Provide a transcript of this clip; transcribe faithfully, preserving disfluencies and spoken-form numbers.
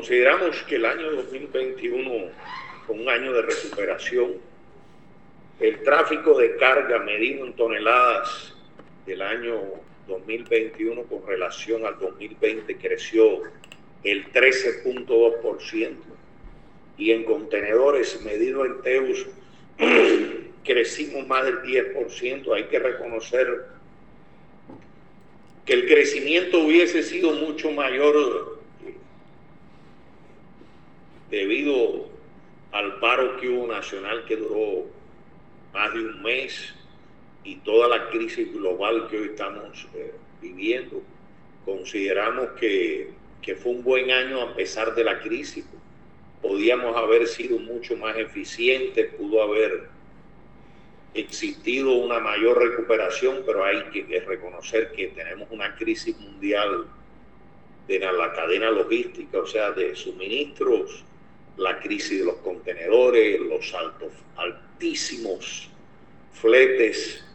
Consideramos que el año dos mil veintiuno fue un año de recuperación. El tráfico de carga medido en toneladas del año dos mil veintiuno con relación al dos mil veinte creció el trece punto dos por ciento y en contenedores medido en T E Us crecimos más del diez por ciento. Hay que reconocer que el crecimiento hubiese sido mucho mayor debido al paro que hubo nacional que duró más de un mes y toda la crisis global que hoy estamos eh, viviendo. Consideramos que, que fue un buen año a pesar de la crisis. Podíamos haber sido mucho más eficientes, pudo haber existido una mayor recuperación, pero hay que reconocer que tenemos una crisis mundial de la cadena logística, o sea, de suministros, la crisis de los contenedores, los altos, altísimos fletes